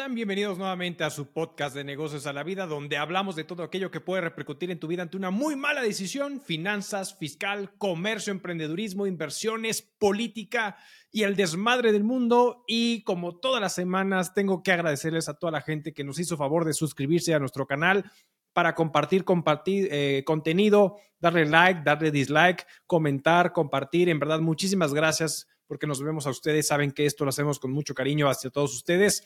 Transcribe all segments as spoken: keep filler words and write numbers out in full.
Sean bienvenidos nuevamente a su podcast de Negocios a la Vida, donde hablamos de todo aquello que puede repercutir en tu vida ante una muy mala decisión: finanzas, fiscal, comercio, emprendedurismo, inversiones, política y el desmadre del mundo. Y como todas las semanas, tengo que agradecerles a toda la gente que nos hizo favor de suscribirse a nuestro canal para compartir, compartir eh, contenido, darle like, darle dislike, comentar, compartir. En verdad, muchísimas gracias porque nos vemos a ustedes. Saben que esto lo hacemos con mucho cariño hacia todos ustedes.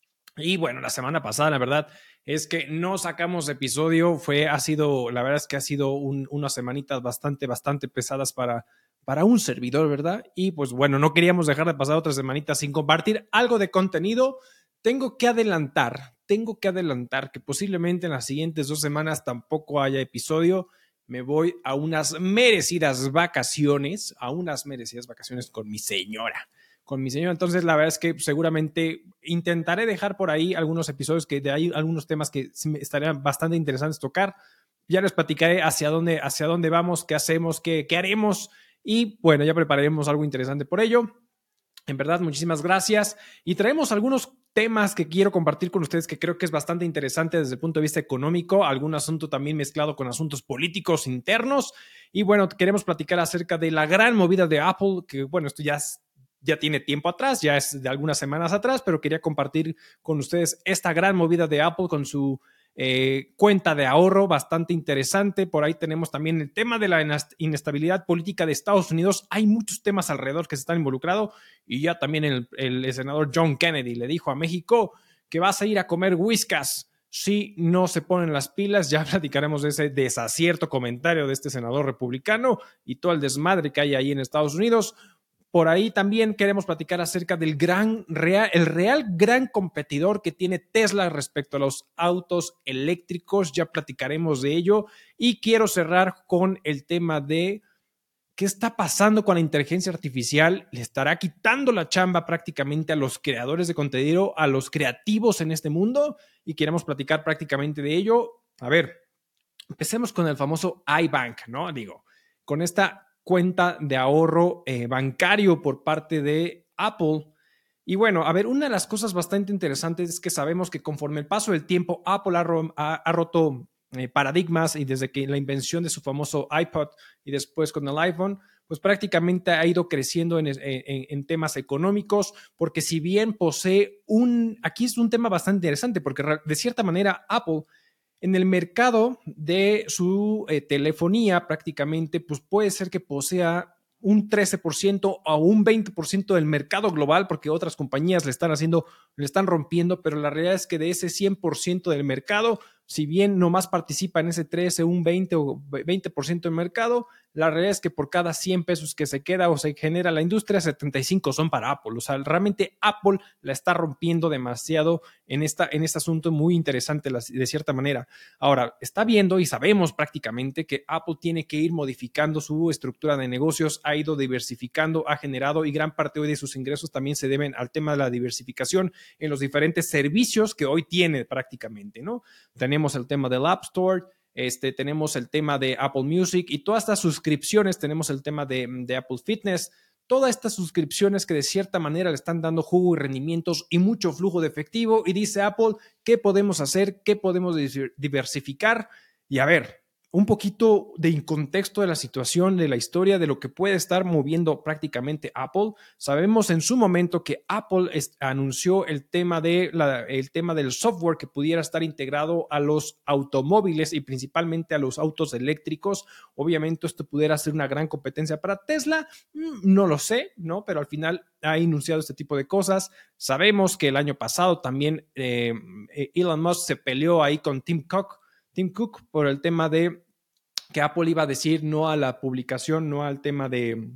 Y bueno, la semana pasada, la verdad es que no sacamos episodio. Fue, ha sido, la verdad es que ha sido un, unas semanitas bastante, bastante pesadas para, para un servidor, ¿verdad? Y pues bueno, no queríamos dejar de pasar otras semanitas sin compartir algo de contenido. Tengo que adelantar, tengo que adelantar que posiblemente en las siguientes dos semanas tampoco haya episodio. Me voy a unas merecidas vacaciones, a unas merecidas vacaciones con mi señora. con mi señor. Entonces, la verdad es que seguramente intentaré dejar por ahí algunos episodios que de ahí algunos temas que estarían bastante interesantes tocar. Ya les platicaré hacia dónde, hacia dónde vamos, qué hacemos, qué, qué haremos. Y bueno, ya prepararemos algo interesante por ello. En verdad, muchísimas gracias. Y traemos algunos temas que quiero compartir con ustedes que creo que es bastante interesante desde el punto de vista económico, algún asunto también mezclado con asuntos políticos internos. Y bueno, queremos platicar acerca de la gran movida de Apple, que bueno, esto ya es ya tiene tiempo atrás, ya es de algunas semanas atrás, pero quería compartir con ustedes esta gran movida de Apple con su eh, cuenta de ahorro bastante interesante. Por ahí tenemos también el tema de la inestabilidad política de Estados Unidos. Hay muchos temas alrededor que se están involucrados y ya también el, el senador John Kennedy le dijo a México que vas a ir a comer whiskas si no se ponen las pilas. Ya platicaremos de ese desacierto comentario de este senador republicano y todo el desmadre que hay ahí en Estados Unidos. Por ahí también queremos platicar acerca del gran, real, el real gran competidor que tiene Tesla respecto a los autos eléctricos. Ya platicaremos de ello. Y quiero cerrar con el tema de qué está pasando con la inteligencia artificial. Le estará quitando la chamba prácticamente a los creadores de contenido, a los creativos en este mundo. Y queremos platicar prácticamente de ello. A ver, empecemos con el famoso iBank, ¿no? Digo, con esta cuenta de ahorro eh, bancario por parte de Apple. Y bueno, a ver, una de las cosas bastante interesantes es que sabemos que conforme el paso del tiempo, Apple ha, ro ha, ha roto eh, paradigmas, y desde que la invención de su famoso iPod y después con el iPhone, pues prácticamente ha ido creciendo en, en, en temas económicos, porque si bien posee un, aquí es un tema bastante interesante, porque de cierta manera Apple en el mercado de su eh, telefonía prácticamente, pues puede ser que posea un trece por ciento o un veinte por ciento del mercado global, porque otras compañías le están haciendo, le están rompiendo, pero la realidad es que de ese cien por ciento del mercado, si bien nomás participa en ese trece, un veinte o veinte por ciento del mercado, la realidad es que por cada cien pesos que se queda o se genera la industria, setenta y cinco son para Apple. O sea, realmente Apple la está rompiendo demasiado en, esta, en este asunto muy interesante de cierta manera. Ahora, está viendo y sabemos prácticamente que Apple tiene que ir modificando su estructura de negocios, ha ido diversificando, ha generado, y gran parte hoy de sus ingresos también se deben al tema de la diversificación en los diferentes servicios que hoy tiene prácticamente, ¿no? Tenemos el tema del App Store, este, tenemos el tema de Apple Music y todas estas suscripciones, tenemos el tema de, de Apple Fitness, todas estas suscripciones que de cierta manera le están dando jugo y rendimientos y mucho flujo de efectivo, y dice Apple, ¿qué podemos hacer? ¿Qué podemos diversificar? Y a ver, un poquito de contexto de la situación, de la historia, de lo que puede estar moviendo prácticamente Apple. Sabemos en su momento que Apple es, anunció el tema, de la, el tema del software que pudiera estar integrado a los automóviles y principalmente a los autos eléctricos. Obviamente esto pudiera ser una gran competencia para Tesla, no lo sé, ¿no? Pero al final ha anunciado este tipo de cosas. Sabemos que el año pasado también eh, Elon Musk se peleó ahí con Tim Cook, Tim Cook por el tema de que Apple iba a decir no a la publicación, no al tema de,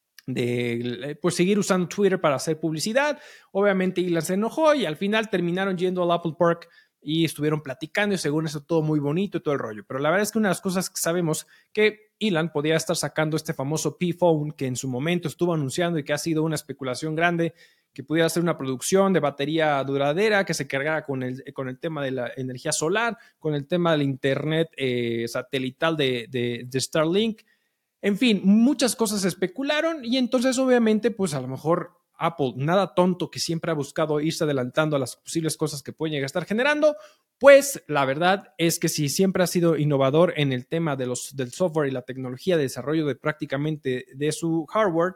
de pues, seguir usando Twitter para hacer publicidad. Obviamente Elon se enojó y al final terminaron yendo al Apple Park y estuvieron platicando, y según eso todo muy bonito y todo el rollo. Pero la verdad es que una de las cosas que sabemos que Elon podía estar sacando este famoso P-Phone que en su momento estuvo anunciando y que ha sido una especulación grande, que pudiera ser una producción de batería duradera que se cargara con el, con el tema de la energía solar, con el tema del internet eh, satelital de, de, de Starlink. En fin, muchas cosas se especularon y entonces obviamente pues a lo mejor Apple, nada tonto, que siempre ha buscado irse adelantando a las posibles cosas que pueden llegar a estar generando, pues la verdad es que si siempre ha sido innovador en el tema de los, del software y la tecnología de desarrollo de prácticamente de su hardware,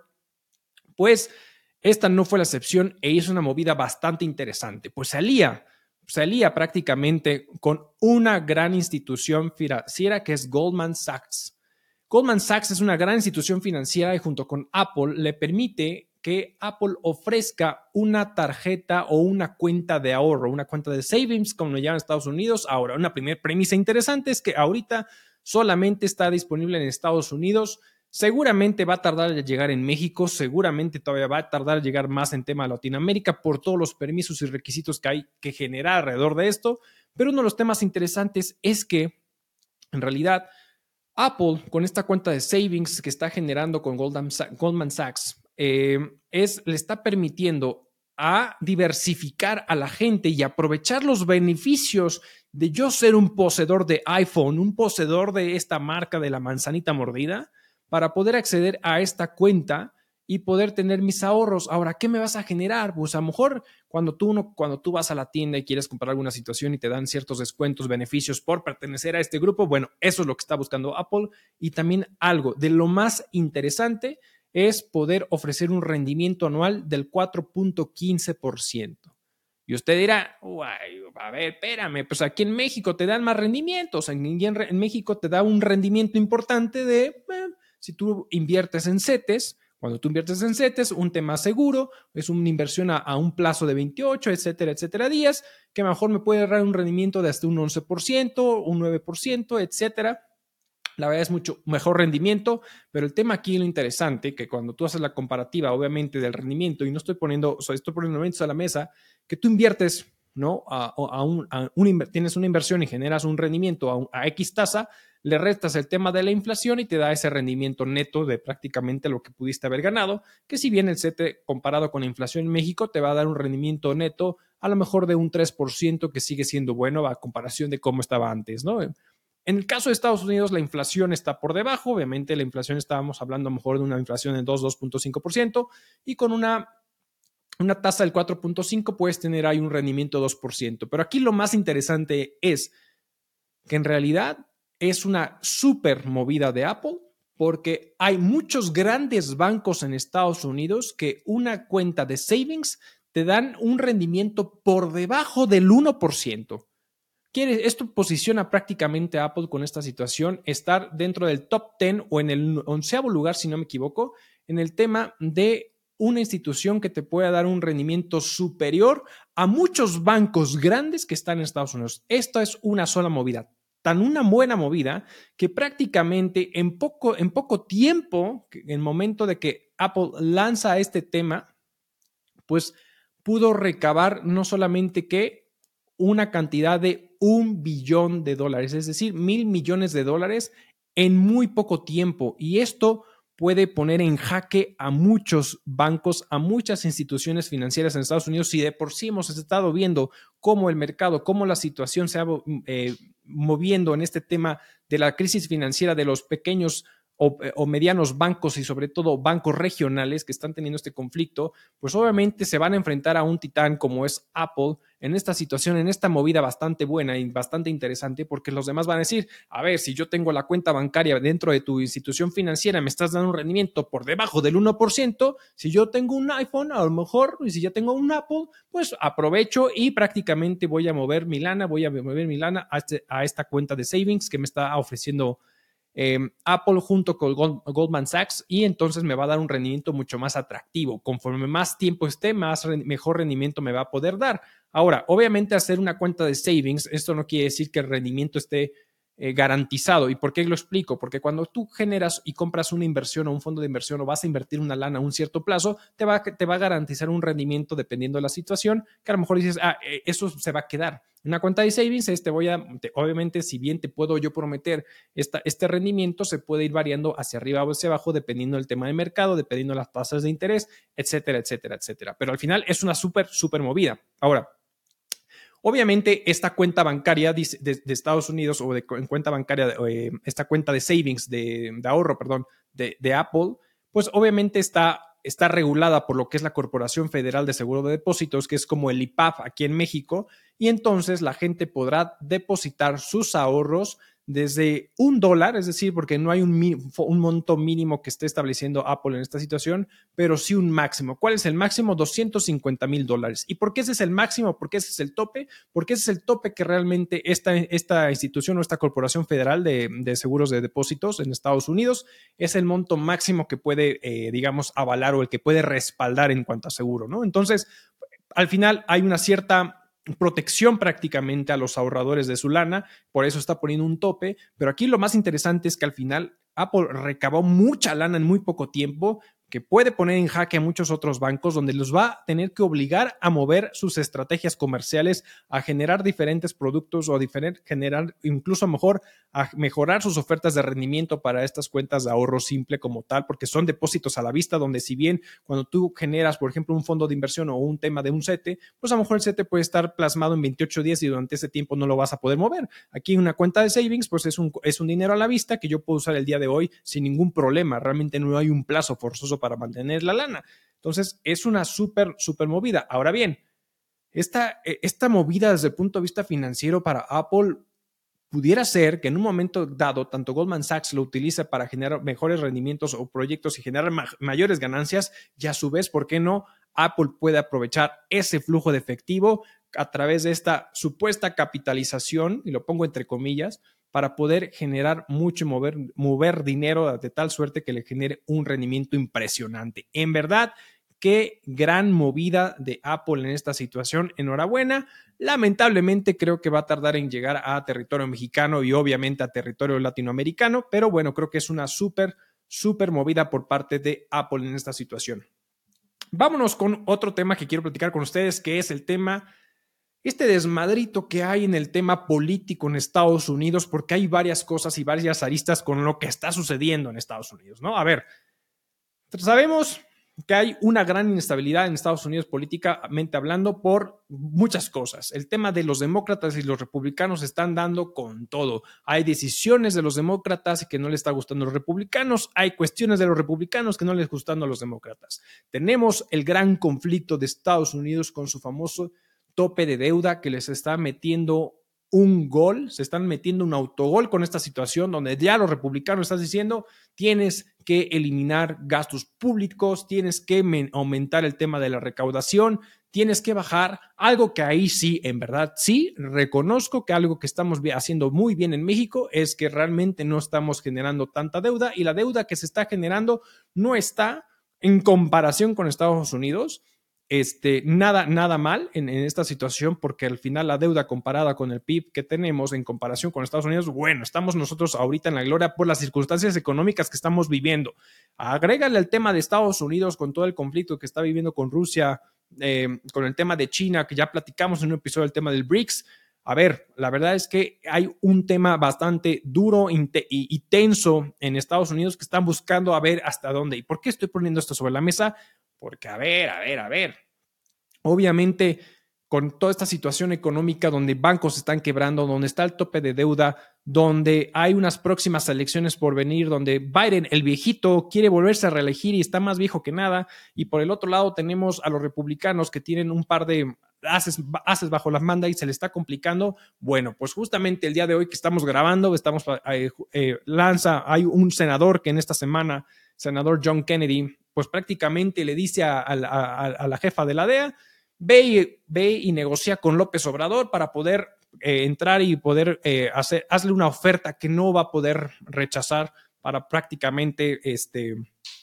pues esta no fue la excepción e hizo una movida bastante interesante. Pues salía, salía prácticamente con una gran institución financiera que es Goldman Sachs. Goldman Sachs es una gran institución financiera y junto con Apple le permite que Apple ofrezca una tarjeta o una cuenta de ahorro, una cuenta de savings, como lo llaman en Estados Unidos. Ahora, una primera premisa interesante es que ahorita solamente está disponible en Estados Unidos. Seguramente va a tardar en llegar en México, seguramente todavía va a tardar en llegar más en tema de Latinoamérica por todos los permisos y requisitos que hay que generar alrededor de esto. Pero uno de los temas interesantes es que, en realidad, Apple, con esta cuenta de savings que está generando con Goldman Sachs, eh, es, le está permitiendo a diversificar a la gente y aprovechar los beneficios de yo ser un poseedor de iPhone, un poseedor de esta marca de la manzanita mordida, para poder acceder a esta cuenta y poder tener mis ahorros. Ahora, ¿qué me vas a generar? Pues a lo mejor cuando tú, no, cuando tú vas a la tienda y quieres comprar alguna situación y te dan ciertos descuentos, beneficios por pertenecer a este grupo, bueno, eso es lo que está buscando Apple. Y también algo de lo más interesante es poder ofrecer un rendimiento anual del cuatro punto quince por ciento. Y usted dirá, a ver, espérame, pues aquí en México te dan más rendimientos, en, en México te da un rendimiento importante de, eh, si tú inviertes en CETES. Cuando tú inviertes en CETES, un tema seguro, es una inversión a, a un plazo de veintiocho, etcétera, etcétera días, que a lo mejor me puede dar un rendimiento de hasta un once por ciento, un nueve por ciento, etcétera. La verdad es mucho mejor rendimiento, pero el tema aquí es lo interesante, que cuando tú haces la comparativa, obviamente, del rendimiento, y no estoy poniendo, o sea, estoy poniendo elementos a la mesa, que tú inviertes, ¿no? A, a un, a un, tienes una inversión y generas un rendimiento a, un, a X tasa, le restas el tema de la inflación y te da ese rendimiento neto de prácticamente lo que pudiste haber ganado, que si bien el CETE comparado con la inflación en México te va a dar un rendimiento neto a lo mejor de un tres por ciento, que sigue siendo bueno a comparación de cómo estaba antes, ¿no? En el caso de Estados Unidos, la inflación está por debajo. Obviamente, la inflación estábamos hablando a lo mejor de una inflación de dos, dos punto cinco por ciento y con una, una tasa del cuatro punto cinco puedes tener ahí un rendimiento de dos por ciento. Pero aquí lo más interesante es que en realidad es una súper movida de Apple porque hay muchos grandes bancos en Estados Unidos que una cuenta de savings te dan un rendimiento por debajo del uno por ciento. Esto posiciona prácticamente a Apple con esta situación, estar dentro del top diez o en el onceavo lugar, si no me equivoco, en el tema de una institución que te pueda dar un rendimiento superior a muchos bancos grandes que están en Estados Unidos. Esta es una sola movida, tan una buena movida que prácticamente en poco, en poco tiempo, en el momento de que Apple lanza este tema, pues pudo recabar no solamente que una cantidad de un billón de dólares, es decir, mil millones de dólares en muy poco tiempo. Y esto puede poner en jaque a muchos bancos, a muchas instituciones financieras en Estados Unidos. Y de por sí hemos estado viendo cómo el mercado, cómo la situación se ha eh, moviendo en este tema de la crisis financiera de los pequeños O, o medianos bancos y sobre todo bancos regionales que están teniendo este conflicto, pues obviamente se van a enfrentar a un titán como es Apple en esta situación, en esta movida bastante buena y bastante interesante, porque los demás van a decir, a ver, si yo tengo la cuenta bancaria dentro de tu institución financiera, me estás dando un rendimiento por debajo del uno por ciento, si yo tengo un iPhone, a lo mejor, y si ya tengo un Apple, pues aprovecho y prácticamente voy a mover mi lana, voy a mover mi lana a, este, a esta cuenta de savings que me está ofreciendo Eh, Apple junto con Gold, Goldman Sachs, y entonces me va a dar un rendimiento mucho más atractivo. Conforme más tiempo esté, más re, mejor rendimiento me va a poder dar. Ahora, obviamente hacer una cuenta de savings, esto no quiere decir que el rendimiento esté eh, garantizado. ¿Y por qué lo explico? Porque cuando tú generas y compras una inversión o un fondo de inversión o vas a invertir una lana a un cierto plazo, te va, te va a garantizar un rendimiento dependiendo de la situación, que a lo mejor dices, ah, eso se va a quedar. Una cuenta de savings es, te voy a, te, obviamente, si bien te puedo yo prometer esta, este rendimiento, se puede ir variando hacia arriba o hacia abajo dependiendo del tema de mercado, dependiendo de las tasas de interés, etcétera, etcétera, etcétera. Pero al final es una súper, súper movida. Ahora, obviamente, esta cuenta bancaria de, de, de Estados Unidos o de en cuenta bancaria, eh, esta cuenta de savings, de, de ahorro, perdón, de, de Apple, pues obviamente está está regulada por lo que es la Corporación Federal de Seguro de Depósitos, que es como el I P A F aquí en México, y entonces la gente podrá depositar sus ahorros desde un dólar, es decir, porque no hay un, un monto mínimo que esté estableciendo Apple en esta situación, pero sí un máximo. ¿Cuál es el máximo? doscientos cincuenta mil dólares. ¿Y por qué ese es el máximo? ¿Por qué ese es el tope? Porque ese es el tope que realmente esta, esta institución o esta Corporación Federal de, de Seguros de Depósitos en Estados Unidos es el monto máximo que puede, eh, digamos, avalar o el que puede respaldar en cuanto a seguro, ¿no? Entonces, al final hay una cierta protección prácticamente a los ahorradores de su lana, por eso está poniendo un tope, pero aquí lo más interesante es que al final Apple recabó mucha lana en muy poco tiempo, que puede poner en jaque a muchos otros bancos, donde los va a tener que obligar a mover sus estrategias comerciales, a generar diferentes productos o a diferent, generar incluso a mejor a mejorar sus ofertas de rendimiento para estas cuentas de ahorro simple como tal, porque son depósitos a la vista, donde si bien cuando tú generas, por ejemplo, un fondo de inversión o un tema de un C E T E, pues a lo mejor el C E T E puede estar plasmado en veintiocho días y durante ese tiempo no lo vas a poder mover. Aquí una cuenta de savings, pues es un, es un dinero a la vista que yo puedo usar el día de hoy sin ningún problema. Realmente no hay un plazo forzoso para mantener la lana. Entonces, es una súper, súper movida. Ahora bien, esta, esta movida desde el punto de vista financiero para Apple pudiera ser que en un momento dado, tanto Goldman Sachs lo utilice para generar mejores rendimientos o proyectos y generar ma mayores ganancias, y a su vez, ¿por qué no? Apple puede aprovechar ese flujo de efectivo a través de esta supuesta capitalización, y lo pongo entre comillas, para poder generar mucho y mover, mover dinero de tal suerte que le genere un rendimiento impresionante. En verdad, qué gran movida de Apple en esta situación. Enhorabuena. Lamentablemente creo que va a tardar en llegar a territorio mexicano y obviamente a territorio latinoamericano, pero bueno, creo que es una súper, súper movida por parte de Apple en esta situación. Vámonos con otro tema que quiero platicar con ustedes, que es el tema este desmadrito que hay en el tema político en Estados Unidos, porque hay varias cosas y varias aristas con lo que está sucediendo en Estados Unidos, ¿no? A ver, sabemos que hay una gran inestabilidad en Estados Unidos políticamente hablando por muchas cosas. El tema de los demócratas y los republicanos están dando con todo. Hay decisiones de los demócratas que no les está gustando a los republicanos. Hay cuestiones de los republicanos que no les gustan a los demócratas. Tenemos el gran conflicto de Estados Unidos con su famoso tope de deuda que les está metiendo un gol, se están metiendo un autogol con esta situación donde ya los republicanos están diciendo tienes que eliminar gastos públicos, tienes que aumentar el tema de la recaudación, tienes que bajar, algo que ahí sí, en verdad, sí, reconozco que algo que estamos haciendo muy bien en México es que realmente no estamos generando tanta deuda y la deuda que se está generando no está en comparación con Estados Unidos. Este, nada, nada mal en, en esta situación porque al final la deuda comparada con el P I B que tenemos en comparación con Estados Unidos, bueno, estamos nosotros ahorita en la gloria por las circunstancias económicas que estamos viviendo. Agrégale el tema de Estados Unidos con todo el conflicto que está viviendo con Rusia, eh, con el tema de China, que ya platicamos en un episodio del tema del BRICS. A ver, la verdad es que hay un tema bastante duro y, y tenso en Estados Unidos que están buscando a ver hasta dónde. ¿Y por qué estoy poniendo esto sobre la mesa? Porque, a ver, a ver, a ver, obviamente con toda esta situación económica donde bancos están quebrando, donde está el tope de deuda, donde hay unas próximas elecciones por venir, donde Biden, el viejito, quiere volverse a reelegir y está más viejo que nada, y por el otro lado tenemos a los republicanos que tienen un par de haces, haces bajo la manda y se le está complicando. Bueno, pues justamente el día de hoy que estamos grabando, estamos eh, eh, lanza, hay un senador que en esta semana, senador John Kennedy, pues prácticamente le dice a, a, a, a la jefa de la D E A, ve y, ve y negocia con López Obrador para poder eh, entrar y poder eh, hacer, hazle una oferta que no va a poder rechazar para prácticamente, este,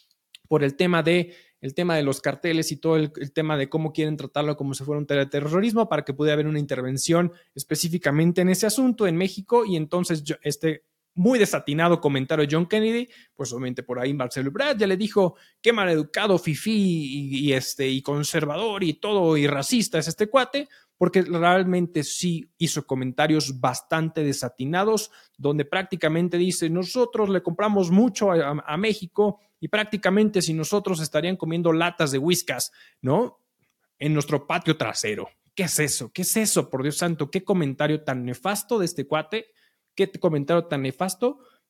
por el tema de el tema de los carteles y todo el, el tema de cómo quieren tratarlo como si fuera un terrorismo, para que pudiera haber una intervención específicamente en ese asunto en México. Y entonces yo, este muy desatinado comentario de John Kennedy, pues obviamente por ahí Marcelo Ebrard ya le dijo qué maleducado, fifí y, y, este, y conservador y todo y racista es este cuate, porque realmente sí hizo comentarios bastante desatinados, donde prácticamente dice, nosotros le compramos mucho a, a, a México y prácticamente si nosotros estarían comiendo latas de whiskas, ¿no? En nuestro patio trasero. ¿Qué es eso? ¿Qué es eso? Por Dios santo, qué comentario tan nefasto de este cuate, qué comentario tan nefasto,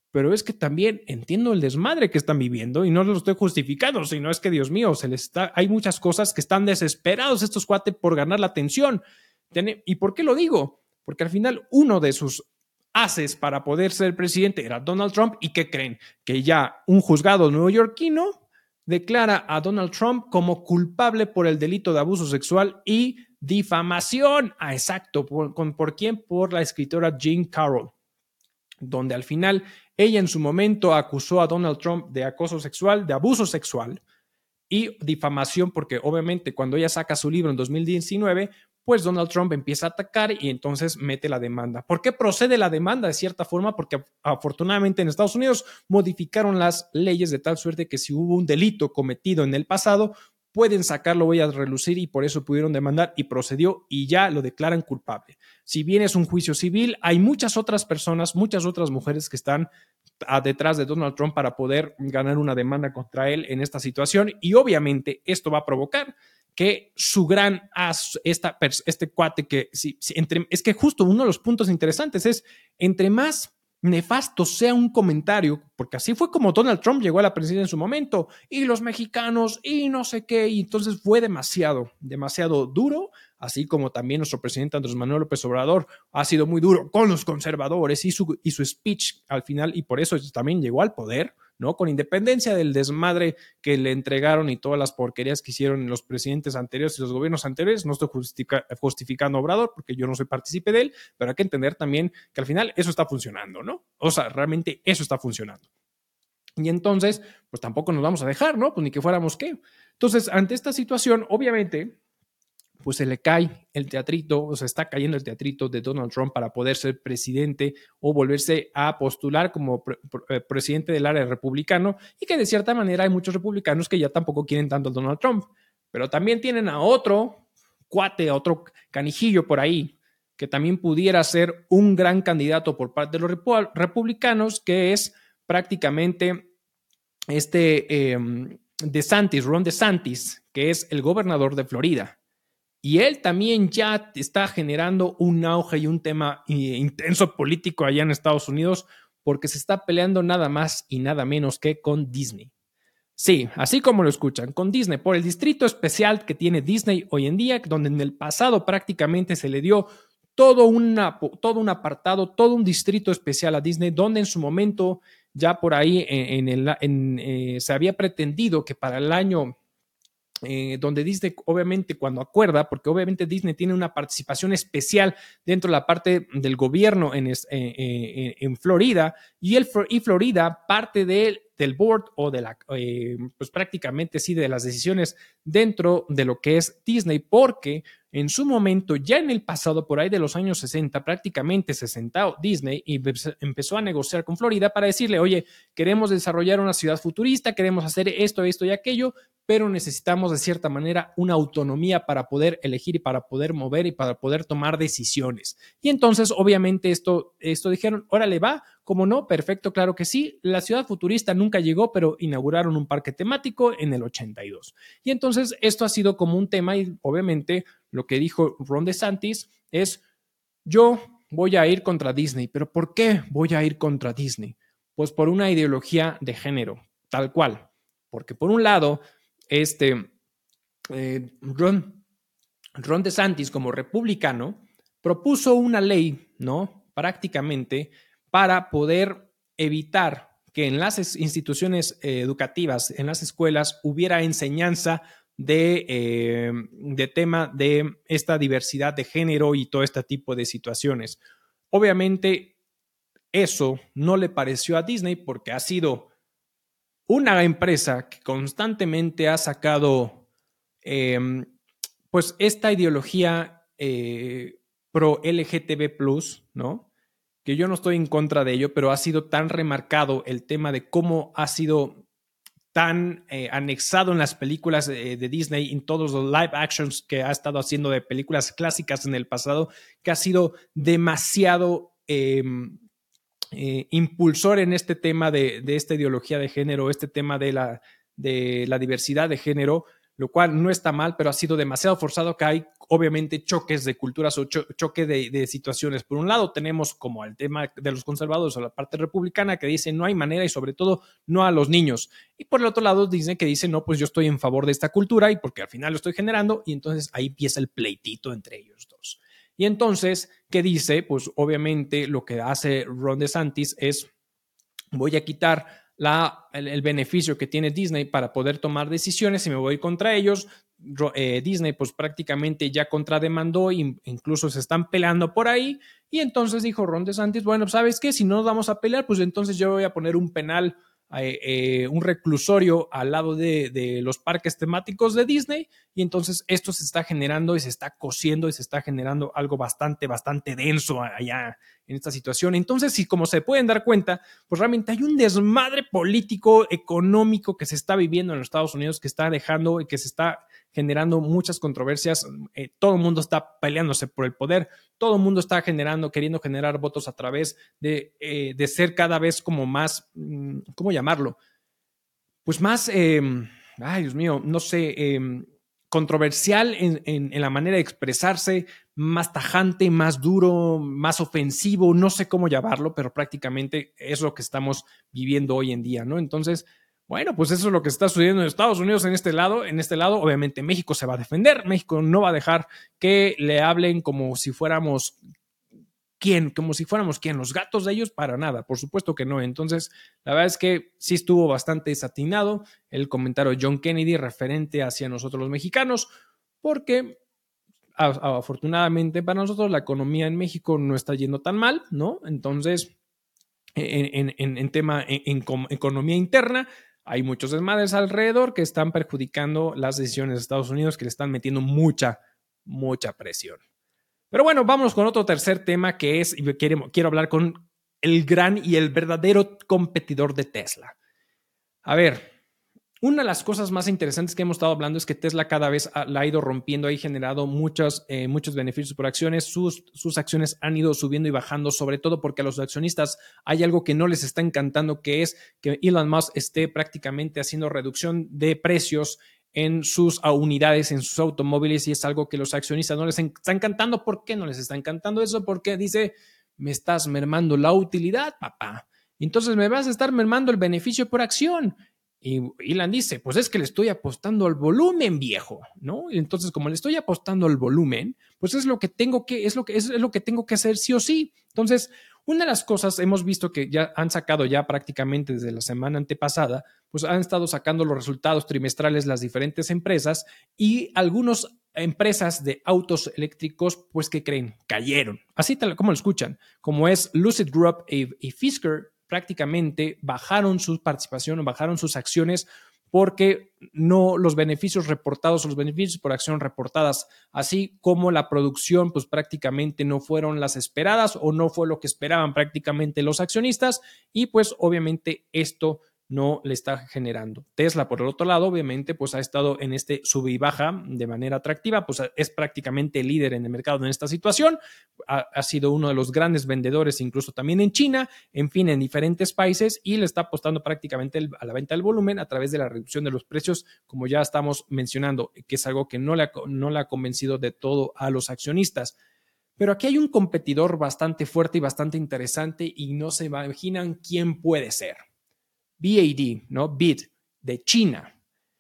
pero es que también entiendo el desmadre que están viviendo y no lo estoy justificando, sino es que, Dios mío, se les está, hay muchas cosas que están desesperados estos cuates por ganar la atención. ¿Y por qué lo digo? Porque al final uno de sus haces para poder ser presidente era Donald Trump. ¿Y qué creen? Que ya un juzgado neoyorquino declara a Donald Trump como culpable por el delito de abuso sexual y difamación. Ah, exacto. ¿Por, con, ¿por quién? Por la escritora Jean Carroll, donde al final ella en su momento acusó a Donald Trump de acoso sexual, de abuso sexual y difamación, porque obviamente cuando ella saca su libro en dos mil diecinueve, pues Donald Trump empieza a atacar y entonces mete la demanda. ¿Por qué procede la demanda? De cierta forma, porque afortunadamente en Estados Unidos modificaron las leyes de tal suerte que si hubo un delito cometido en el pasado, pueden sacarlo, voy a relucir, y por eso pudieron demandar y procedió y ya lo declaran culpable. Si bien es un juicio civil, hay muchas otras personas, muchas otras mujeres que están detrás de Donald Trump para poder ganar una demanda contra él en esta situación, y obviamente esto va a provocar que su gran as, esta, este cuate que si, si entre, es que justo uno de los puntos interesantes es entre más nefasto sea un comentario, porque así fue como Donald Trump llegó a la presidencia en su momento, y los mexicanos, y no sé qué, y entonces fue demasiado, demasiado duro, así como también nuestro presidente Andrés Manuel López Obrador ha sido muy duro con los conservadores y su, y su speech al final, y por eso también llegó al poder, ¿no? Con independencia del desmadre que le entregaron y todas las porquerías que hicieron los presidentes anteriores y los gobiernos anteriores. No estoy justifica, justificando a Obrador porque yo no soy partícipe de él, pero hay que entender también que al final eso está funcionando, ¿no? O sea, realmente eso está funcionando. Y entonces, pues tampoco nos vamos a dejar, ¿no? Pues ni que fuéramos qué. Entonces, ante esta situación, obviamente, pues se le cae el teatrito, o se está cayendo el teatrito de Donald Trump para poder ser presidente o volverse a postular como pre pre presidente del área republicano, y que de cierta manera hay muchos republicanos que ya tampoco quieren tanto a Donald Trump, pero también tienen a otro cuate, a otro canijillo por ahí, que también pudiera ser un gran candidato por parte de los republicanos, que es prácticamente este eh, DeSantis, Ron DeSantis, que es el gobernador de Florida. Y él también ya está generando un auge y un tema intenso político allá en Estados Unidos, porque se está peleando nada más y nada menos que con Disney. Sí, así como lo escuchan, con Disney, por el distrito especial que tiene Disney hoy en día, donde en el pasado prácticamente se le dio todo, una, todo un apartado, todo un distrito especial a Disney, donde en su momento ya por ahí en, en el, en, eh, se había pretendido que para el año Eh, donde Disney obviamente cuando acuerda, porque obviamente Disney tiene una participación especial dentro de la parte del gobierno en, eh, eh, en Florida, y, el, y Florida parte de, del board o de la, eh, pues prácticamente sí, de las decisiones dentro de lo que es Disney, porque en su momento, ya en el pasado, por ahí de los años sesenta, prácticamente se sentó Disney y empezó a negociar con Florida para decirle, oye, queremos desarrollar una ciudad futurista, queremos hacer esto, esto y aquello, pero necesitamos de cierta manera una autonomía para poder elegir y para poder mover y para poder tomar decisiones. Y entonces, obviamente, esto, esto dijeron, órale, va, ¿cómo no? Perfecto, claro que sí. La ciudad futurista nunca llegó, pero inauguraron un parque temático en el ochenta y dos. Y entonces, esto ha sido como un tema y obviamente lo que dijo Ron DeSantis es, yo voy a ir contra Disney, pero ¿por qué voy a ir contra Disney? Pues por una ideología de género, tal cual. Porque por un lado, este eh, Ron, Ron DeSantis como republicano propuso una ley, ¿no? Prácticamente para poder evitar que en las instituciones eh, educativas, en las escuelas, hubiera enseñanza de, eh, de tema de esta diversidad de género y todo este tipo de situaciones. Obviamente, eso no le pareció a Disney porque ha sido una empresa que constantemente ha sacado eh, pues esta ideología eh, pro L G T B plus, ¿no? Que yo no estoy en contra de ello, pero ha sido tan remarcado el tema de cómo ha sido tan eh, anexado en las películas eh, de Disney, en todos los live actions que ha estado haciendo de películas clásicas en el pasado, que ha sido demasiado eh, eh, impulsor en este tema de, de esta ideología de género, este tema de la, de la diversidad de género, lo cual no está mal, pero ha sido demasiado forzado que hay obviamente choques de culturas o cho choque de, de situaciones. Por un lado tenemos como el tema de los conservadores o la parte republicana que dice no hay manera y sobre todo no a los niños. Y por el otro lado dicen que dice no, pues yo estoy en favor de esta cultura y porque al final lo estoy generando y entonces ahí empieza el pleitito entre ellos dos. Y entonces, ¿qué dice? Pues obviamente lo que hace Ron DeSantis es voy a quitar la, el, el beneficio que tiene Disney para poder tomar decisiones y me voy contra ellos. Eh, Disney pues prácticamente ya contrademandó e incluso se están peleando por ahí y entonces dijo Ron DeSantis, bueno, ¿sabes qué? Si no nos vamos a pelear, pues entonces yo voy a poner un penal, eh, eh, un reclusorio al lado de, de los parques temáticos de Disney y entonces esto se está generando y se está cociendo y se está generando algo bastante, bastante denso allá en esta situación. Entonces, si como se pueden dar cuenta, pues realmente hay un desmadre político, económico que se está viviendo en los Estados Unidos, que está dejando y que se está generando muchas controversias. Eh, todo el mundo está peleándose por el poder, todo el mundo está generando, queriendo generar votos a través de, eh, de ser cada vez como más, ¿cómo llamarlo? Pues más, eh, ay Dios mío, no sé, eh, controversial en, en, en la manera de expresarse, más tajante, más duro, más ofensivo, no sé cómo llamarlo, pero prácticamente es lo que estamos viviendo hoy en día, ¿no? Entonces, bueno, pues eso es lo que está sucediendo en Estados Unidos en este lado. En este lado, obviamente, México se va a defender. México no va a dejar que le hablen como si fuéramos quién, como si fuéramos quién, los gatos de ellos, para nada, por supuesto que no. Entonces, la verdad es que sí estuvo bastante desatinado el comentario de John Kennedy referente hacia nosotros los mexicanos, porque afortunadamente para nosotros la economía en México no está yendo tan mal, ¿no? Entonces, en, en, en tema en, en economía interna, hay muchos desmadres alrededor que están perjudicando las decisiones de Estados Unidos, que le están metiendo mucha, mucha presión. Pero bueno, vamos con otro tercer tema que es, y quiero, quiero hablar con el gran y el verdadero competidor de Tesla. A ver, una de las cosas más interesantes que hemos estado hablando es que Tesla cada vez ha, la ha ido rompiendo, ha generado muchos, eh, muchos beneficios por acciones, sus, sus acciones han ido subiendo y bajando, sobre todo porque a los accionistas hay algo que no les está encantando, que es que Elon Musk esté prácticamente haciendo reducción de precios en sus unidades, en sus automóviles, y es algo que los accionistas no les está encantando. ¿Por qué no les está encantando eso? Porque dice, me estás mermando la utilidad, papá. Entonces me vas a estar mermando el beneficio por acción. Y Elon dice, pues es que le estoy apostando al volumen, viejo, ¿no? Entonces, como le estoy apostando al volumen, pues es lo que tengo que, es lo que, es lo que tengo que hacer sí o sí. Entonces, una de las cosas hemos visto que ya han sacado ya prácticamente desde la semana antepasada, pues han estado sacando los resultados trimestrales las diferentes empresas y algunas empresas de autos eléctricos, pues ¿qué creen? Cayeron. Así tal como lo escuchan, como es Lucid Group y, y Fisker, prácticamente bajaron su participación o bajaron sus acciones porque no los beneficios reportados o los beneficios por acción reportadas, así como la producción, pues prácticamente no fueron las esperadas o no fue lo que esperaban prácticamente los accionistas y pues obviamente esto no le está generando. Tesla, por el otro lado, obviamente, pues ha estado en este sub y baja de manera atractiva, pues es prácticamente líder en el mercado en esta situación, ha, ha sido uno de los grandes vendedores, incluso también en China, en fin, en diferentes países, y le está apostando prácticamente el, a la venta del volumen a través de la reducción de los precios, como ya estamos mencionando, que es algo que no le ha, no le ha convencido de todo a los accionistas. Pero aquí hay un competidor bastante fuerte y bastante interesante y no se imaginan quién puede ser. B A D, ¿no? B I D, de China.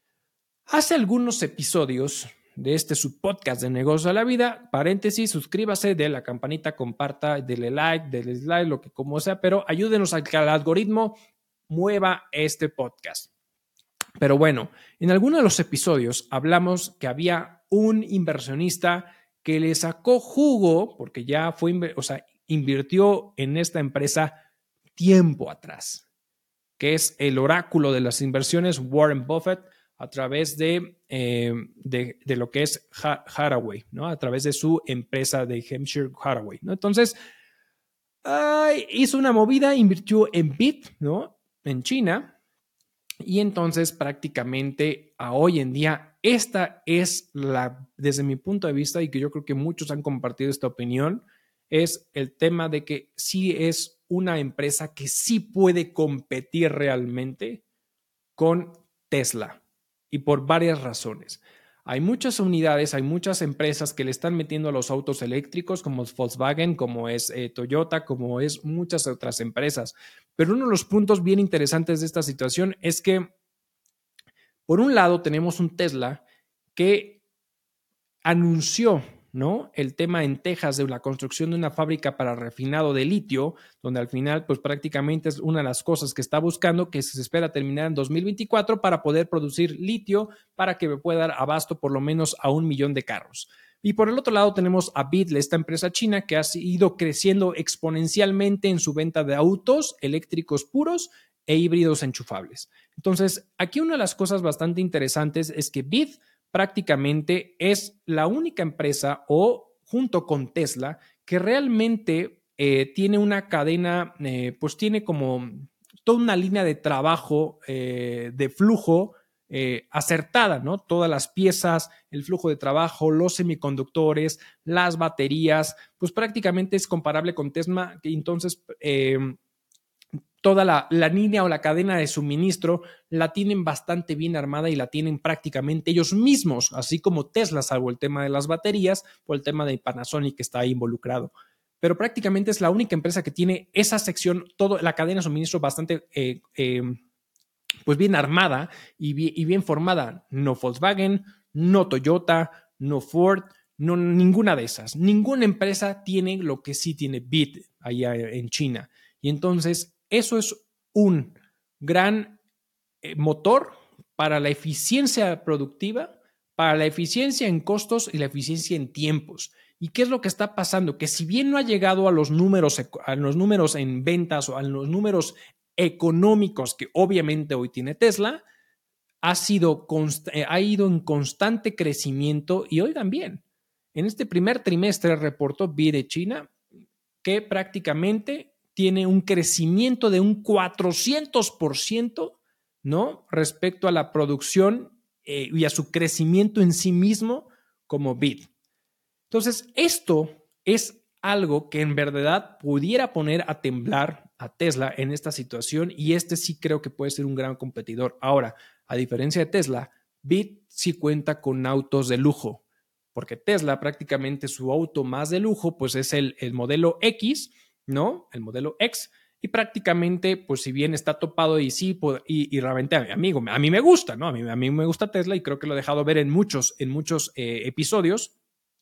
Hace algunos episodios de este subpodcast de Negocios a la Vida, paréntesis, suscríbase, de la campanita, comparta, dele like, dele dislike, lo que como sea, pero ayúdenos a que el algoritmo mueva este podcast. Pero bueno, en alguno de los episodios hablamos que había un inversionista que le sacó jugo, porque ya fue, o sea, invirtió en esta empresa tiempo atrás, que es el oráculo de las inversiones, Warren Buffett, a través de, eh, de, de lo que es Hathaway, ¿no? A través de su empresa de Hampshire Hathaway, ¿no? Entonces, ay, hizo una movida, invirtió en B I D, ¿no? En China, y entonces prácticamente a hoy en día, esta es la, desde mi punto de vista, y que yo creo que muchos han compartido esta opinión, es el tema de que sí es una empresa que sí puede competir realmente con Tesla. y por varias razones. Hay muchas unidades, hay muchas empresas que le están metiendo a los autos eléctricos, como es Volkswagen, como es eh, Toyota, como es muchas otras empresas. Pero uno de los puntos bien interesantes de esta situación es que, por un lado, tenemos un Tesla que anunció, ¿no?, el tema en Texas de la construcción de una fábrica para refinado de litio, donde al final, pues prácticamente es una de las cosas que está buscando, que se espera terminar en dos mil veinticuatro para poder producir litio para que pueda dar abasto por lo menos a un millón de carros. Y por el otro lado tenemos a BYD, esta empresa china que ha ido creciendo exponencialmente en su venta de autos eléctricos puros e híbridos enchufables. Entonces, aquí una de las cosas bastante interesantes es que BYD prácticamente es la única empresa, o junto con Tesla, que realmente eh, tiene una cadena, eh, pues tiene como toda una línea de trabajo, eh, de flujo eh, acertada, ¿no? Todas las piezas, el flujo de trabajo, los semiconductores, las baterías, pues prácticamente es comparable con Tesla, que entonces eh, toda la, la línea o la cadena de suministro la tienen bastante bien armada y la tienen prácticamente ellos mismos, así como Tesla, salvo el tema de las baterías o el tema de Panasonic que está ahí involucrado. Pero prácticamente es la única empresa que tiene esa sección, toda la cadena de suministro bastante eh, eh, pues bien armada y bien, y bien formada. No Volkswagen, no Toyota, no Ford, no ninguna de esas. Ninguna empresa tiene lo que sí tiene BYD allá en China. Y entonces eso es un gran eh, motor para la eficiencia productiva, para la eficiencia en costos y la eficiencia en tiempos. ¿Y qué es lo que está pasando? Que si bien no ha llegado a los números, a los números en ventas o a los números económicos que obviamente hoy tiene Tesla, ha, sido const- ha ido en constante crecimiento. Y oigan bien, en este primer trimestre reportó BYD de China que prácticamente tiene un crecimiento de un cuatrocientos por ciento, ¿no?, respecto a la producción eh, y a su crecimiento en sí mismo como BYD. Entonces, esto es algo que en verdad pudiera poner a temblar a Tesla en esta situación, y este sí creo que puede ser un gran competidor. Ahora, a diferencia de Tesla, BYD sí cuenta con autos de lujo, porque Tesla prácticamente su auto más de lujo pues es el, el modelo X, ¿no? El modelo X, y prácticamente, pues si bien está topado y sí, y, y realmente a mi amigo, a mí me gusta, ¿no? A mí, a mí me gusta Tesla y creo que lo he dejado ver en muchos, en muchos eh, episodios,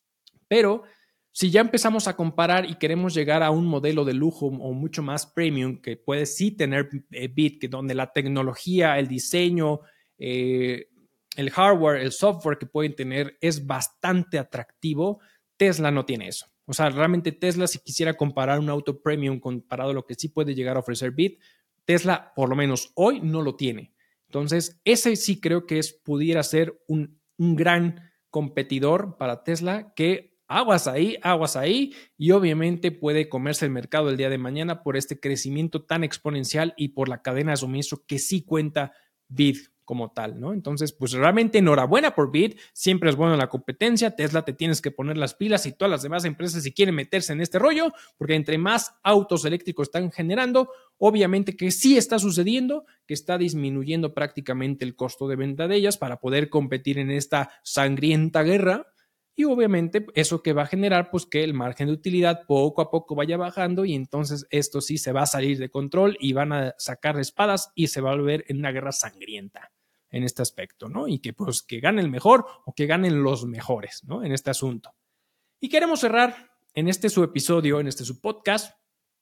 pero si ya empezamos a comparar y queremos llegar a un modelo de lujo o mucho más premium que puede sí tener eh, BYD, que donde la tecnología, el diseño, eh, el hardware, el software que pueden tener es bastante atractivo, Tesla no tiene eso. O sea, realmente Tesla, si quisiera comparar un auto premium comparado a lo que sí puede llegar a ofrecer BYD, Tesla, por lo menos hoy, no lo tiene. Entonces, ese sí creo que es, pudiera ser un, un gran competidor para Tesla, que aguas ahí, aguas ahí, y obviamente puede comerse el mercado el día de mañana por este crecimiento tan exponencial y por la cadena de suministro que sí cuenta BYD como tal, ¿no? Entonces, pues realmente enhorabuena por BYD, siempre es bueno la competencia, Tesla te tienes que poner las pilas y todas las demás empresas si quieren meterse en este rollo, porque entre más autos eléctricos están generando, obviamente que sí está sucediendo, que está disminuyendo prácticamente el costo de venta de ellas para poder competir en esta sangrienta guerra. Y obviamente eso que va a generar, pues que el margen de utilidad poco a poco vaya bajando, y entonces esto sí se va a salir de control y van a sacar espadas y se va a volver en una guerra sangrienta en este aspecto, ¿no? Y que pues que gane el mejor o que ganen los mejores, ¿no?, en este asunto. Y queremos cerrar en este su episodio, en este su podcast,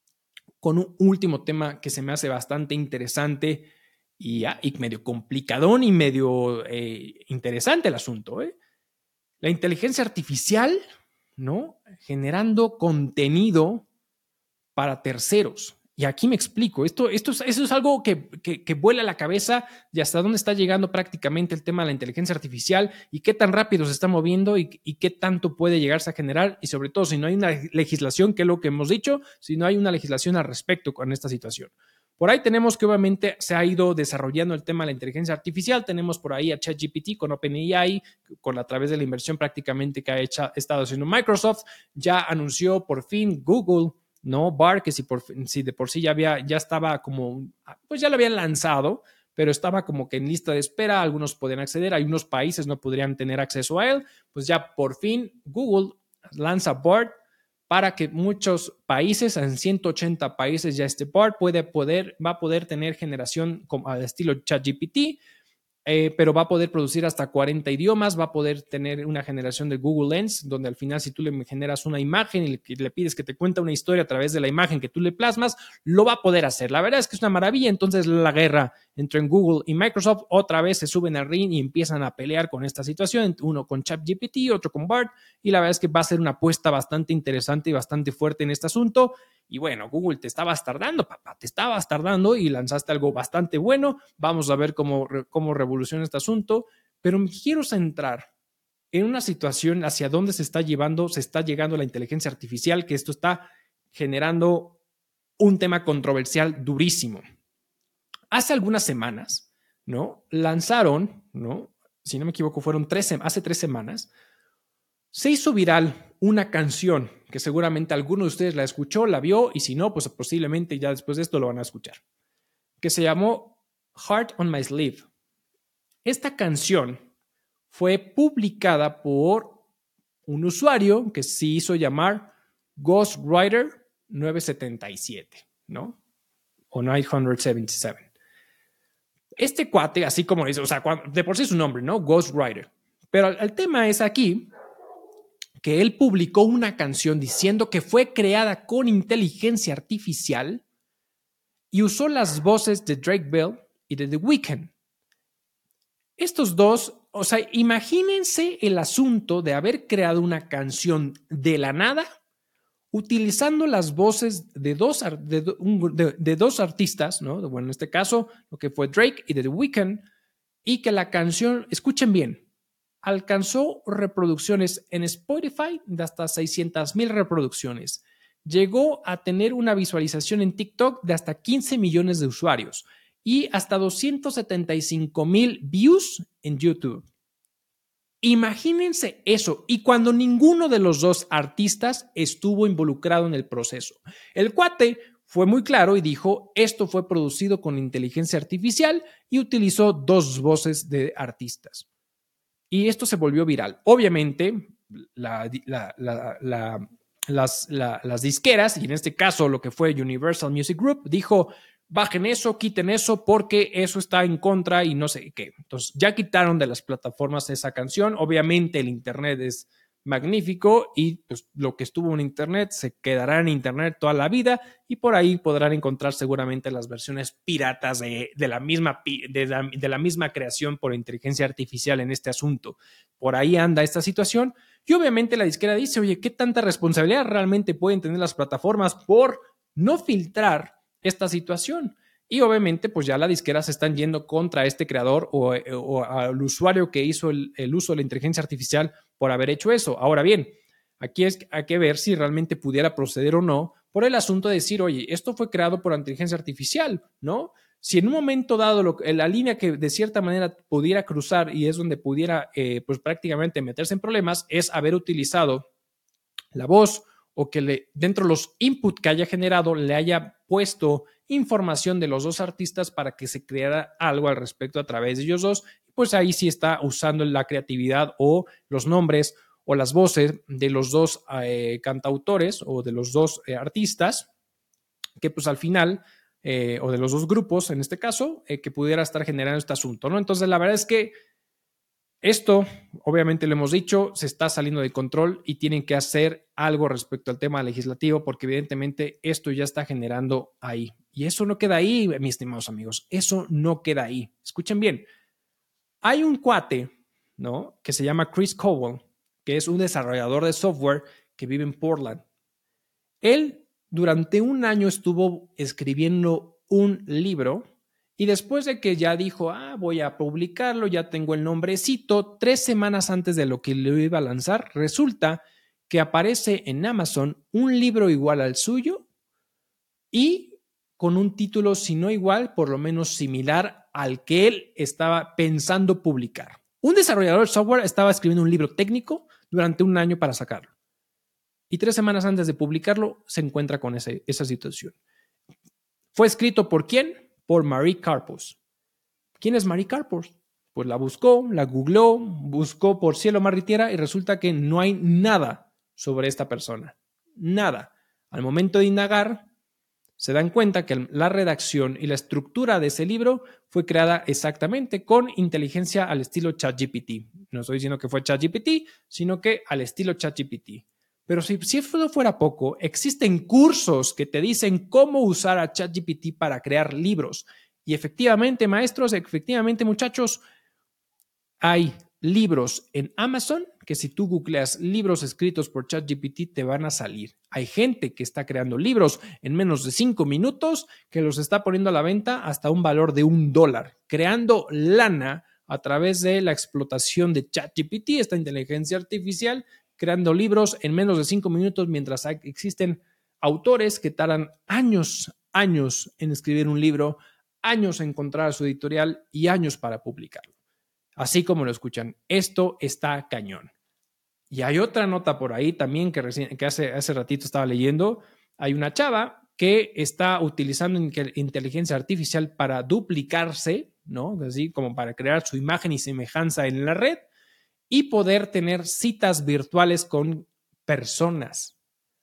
con un último tema que se me hace bastante interesante y, ah, y medio complicadón y medio eh, interesante el asunto, ¿eh? La inteligencia artificial, ¿no?, generando contenido para terceros. Y aquí me explico, esto, esto es, eso es algo que, que, que vuela la cabeza de hasta dónde está llegando prácticamente el tema de la inteligencia artificial y qué tan rápido se está moviendo y, y qué tanto puede llegarse a generar, y sobre todo si no hay una legislación, que es lo que hemos dicho, si no hay una legislación al respecto con esta situación. Por ahí tenemos que obviamente se ha ido desarrollando el tema de la inteligencia artificial. Tenemos por ahí a ChatGPT con OpenAI, con a través de la inversión prácticamente que ha hecho, estado haciendo Microsoft. Ya anunció por fin Google, ¿no?, Bard, que si, por, si de por sí ya, había, ya estaba como, pues ya lo habían lanzado, pero estaba como que en lista de espera, algunos podían acceder, algunos países no podrían tener acceso a él, pues ya por fin Google lanza BART para que muchos países, en ciento ochenta países ya este BART puede poder, va a poder tener generación como al estilo ChatGPT, eh, pero va a poder producir hasta cuarenta idiomas, va a poder tener una generación de Google Lens, donde al final si tú le generas una imagen y le, le pides que te cuente una historia a través de la imagen que tú le plasmas, lo va a poder hacer. La verdad es que es una maravilla. Entonces la guerra entre Google y Microsoft otra vez se suben al ring y empiezan a pelear con esta situación, uno con ChatGPT, otro con BART, y la verdad es que va a ser una apuesta bastante interesante y bastante fuerte en este asunto. Y bueno, Google te estabas tardando, papá, te estabas tardando y lanzaste algo bastante bueno. Vamos a ver cómo, cómo revoluciona este asunto, pero me quiero centrar en una situación hacia dónde se está llevando, se está llegando la inteligencia artificial, que esto está generando un tema controversial durísimo. Hace algunas semanas, ¿no? Lanzaron, ¿no? Si no me equivoco, fueron tres, hace tres semanas, se hizo viral una canción que seguramente alguno de ustedes la escuchó, la vio, y si no, pues posiblemente ya después de esto lo van a escuchar, que se llamó Heart on My Sleeve. Esta canción fue publicada por un usuario que se hizo llamar Ghostwriter nueve setenta y siete, ¿no? O nueve setenta y siete. Este cuate, así como dice, o sea, de por sí es un nombre, ¿no? Ghostwriter. Pero el tema es aquí que él publicó una canción diciendo que fue creada con inteligencia artificial y usó las voces de Drake Bell y de The Weeknd. Estos dos, o sea, imagínense el asunto de haber creado una canción de la nada utilizando las voces de dos, de, de, de dos artistas, ¿no? Bueno, en este caso, lo que fue Drake y de The Weeknd, y que la canción, escuchen bien, alcanzó reproducciones en Spotify de hasta seiscientas mil reproducciones. Llegó a tener una visualización en TikTok de hasta quince millones de usuarios y hasta doscientos setenta y cinco mil views en YouTube. Imagínense eso, y cuando ninguno de los dos artistas estuvo involucrado en el proceso. El cuate fue muy claro y dijo, esto fue producido con inteligencia artificial y utilizó dos voces de artistas. Y esto se volvió viral. Obviamente, la, la, la, la, las, la, las disqueras, y en este caso lo que fue Universal Music Group, dijo, bajen eso, quiten eso, porque eso está en contra y no sé qué. Entonces, ya quitaron de las plataformas esa canción. Obviamente, el Internet es magnífico y pues, lo que estuvo en Internet se quedará en Internet toda la vida y por ahí podrán encontrar seguramente las versiones piratas de, de, la, misma, de, la, de la misma creación por inteligencia artificial en este asunto. Por ahí anda esta situación y obviamente la disquera dice, oye, ¿qué tanta responsabilidad realmente pueden tener las plataformas por no filtrar esta situación? Y obviamente pues ya las disqueras se están yendo contra este creador o, o al usuario que hizo el, el uso de la inteligencia artificial por haber hecho eso. Ahora bien, aquí es, hay que ver si realmente pudiera proceder o no por el asunto de decir, oye, esto fue creado por inteligencia artificial, ¿no? Si en un momento dado lo, la línea que de cierta manera pudiera cruzar y es donde pudiera eh, pues prácticamente meterse en problemas es haber utilizado la voz o que le, dentro de los inputs que haya generado le haya puesto información de los dos artistas para que se creara algo al respecto a través de ellos dos, pues ahí sí está usando la creatividad o los nombres o las voces de los dos eh, cantautores o de los dos eh, artistas, que pues al final, eh, o de los dos grupos en este caso, eh, que pudiera estar generando este asunto, ¿no? Entonces la verdad es que esto, obviamente lo hemos dicho, se está saliendo de control y tienen que hacer algo respecto al tema legislativo porque evidentemente esto ya está generando ahí. Y eso no queda ahí, mis estimados amigos, eso no queda ahí. Escuchen bien, hay un cuate, ¿no? Que se llama Chris Cowell, que es un desarrollador de software que vive en Portland. Él durante un año estuvo escribiendo un libro y después de que ya dijo, ah, voy a publicarlo, ya tengo el nombrecito, tres semanas antes de lo que lo iba a lanzar, resulta que aparece en Amazon un libro igual al suyo y con un título, si no igual, por lo menos similar al que él estaba pensando publicar. Un desarrollador de software estaba escribiendo un libro técnico durante un año para sacarlo. Y tres semanas antes de publicarlo se encuentra con ese, esa situación. ¿Fue escrito por quién? Por Marie Karpos. ¿quién es Mary Karpos? Pues la buscó, la googleó, buscó por cielo, mar y tierra y resulta que no hay nada sobre esta persona. Nada. Al momento de indagar, se dan cuenta que la redacción y la estructura de ese libro fue creada exactamente con inteligencia al estilo ChatGPT. No estoy diciendo que fue ChatGPT, sino que al estilo ChatGPT. Pero si, si eso fuera poco, existen cursos que te dicen cómo usar a ChatGPT para crear libros. Y efectivamente, maestros, efectivamente, muchachos, hay libros en Amazon que si tú googleas libros escritos por ChatGPT te van a salir. Hay gente que está creando libros en menos de cinco minutos que los está poniendo a la venta hasta un valor de un dólar, creando lana a través de la explotación de ChatGPT, esta inteligencia artificial, creando libros en menos de cinco minutos, mientras existen autores que tardan años, años en escribir un libro, años en encontrar su editorial y años para publicarlo. Así como lo escuchan, esto está cañón. Y hay otra nota por ahí también que, recién, que hace, hace ratito estaba leyendo. Hay una chava que está utilizando inteligencia artificial para duplicarse, ¿no? Así como para crear su imagen y semejanza en la red y poder tener citas virtuales con personas.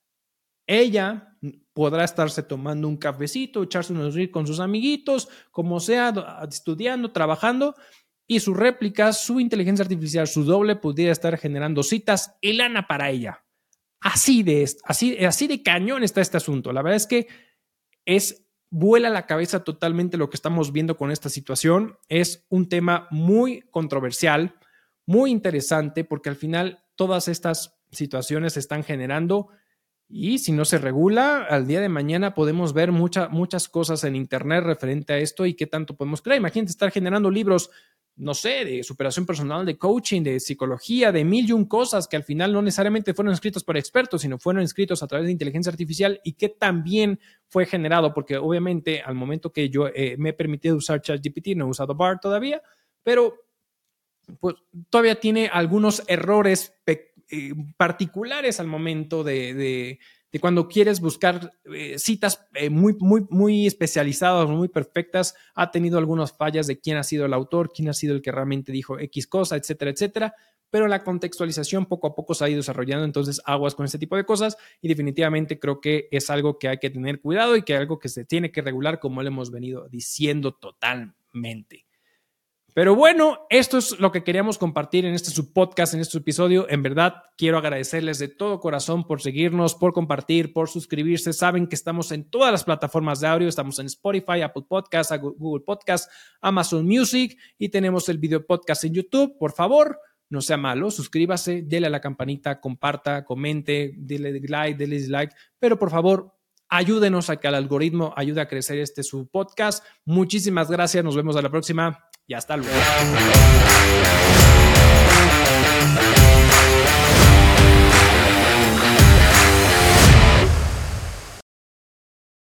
Ella podrá estarse tomando un cafecito, echarse unos ríos con sus amiguitos, como sea, estudiando, trabajando, y su réplica, su inteligencia artificial, su doble, podría estar generando citas y lana para ella. Así de, así, así de cañón está este asunto. La verdad es que es, vuela la cabeza totalmente lo que estamos viendo con esta situación. Es un tema muy controversial, muy interesante, porque al final todas estas situaciones se están generando y si no se regula, al día de mañana podemos ver mucha, muchas cosas en internet referente a esto y qué tanto podemos creer. Imagínate estar generando libros, no sé, de superación personal, de coaching, de psicología, de mil y un cosas que al final no necesariamente fueron escritos por expertos, sino fueron escritos a través de inteligencia artificial y que también fue generado, porque obviamente al momento que yo eh, me he permitido usar ChatGPT, no he usado Bard todavía, pero pues todavía tiene algunos errores pe- eh, particulares al momento de, de, de cuando quieres buscar eh, citas eh, muy, muy, muy especializadas, muy perfectas. Ha tenido algunas fallas de quién ha sido el autor, quién ha sido el que realmente dijo X cosa, etcétera, etcétera. Pero la contextualización poco a poco se ha ido desarrollando, entonces aguas con este tipo de cosas y definitivamente creo que es algo que hay que tener cuidado y que es algo que se tiene que regular, como le hemos venido diciendo totalmente. Pero bueno, esto es lo que queríamos compartir en este subpodcast, en este episodio. En verdad, quiero agradecerles de todo corazón por seguirnos, por compartir, por suscribirse. Saben que estamos en todas las plataformas de audio. Estamos en Spotify, Apple Podcasts, Google Podcasts, Amazon Music y tenemos el video podcast en YouTube. Por favor, no sea malo, suscríbase, dele a la campanita, comparta, comente, dele like, dele dislike, pero por favor, ayúdenos a que el algoritmo ayude a crecer este su podcast. Muchísimas gracias, nos vemos a la próxima y hasta luego.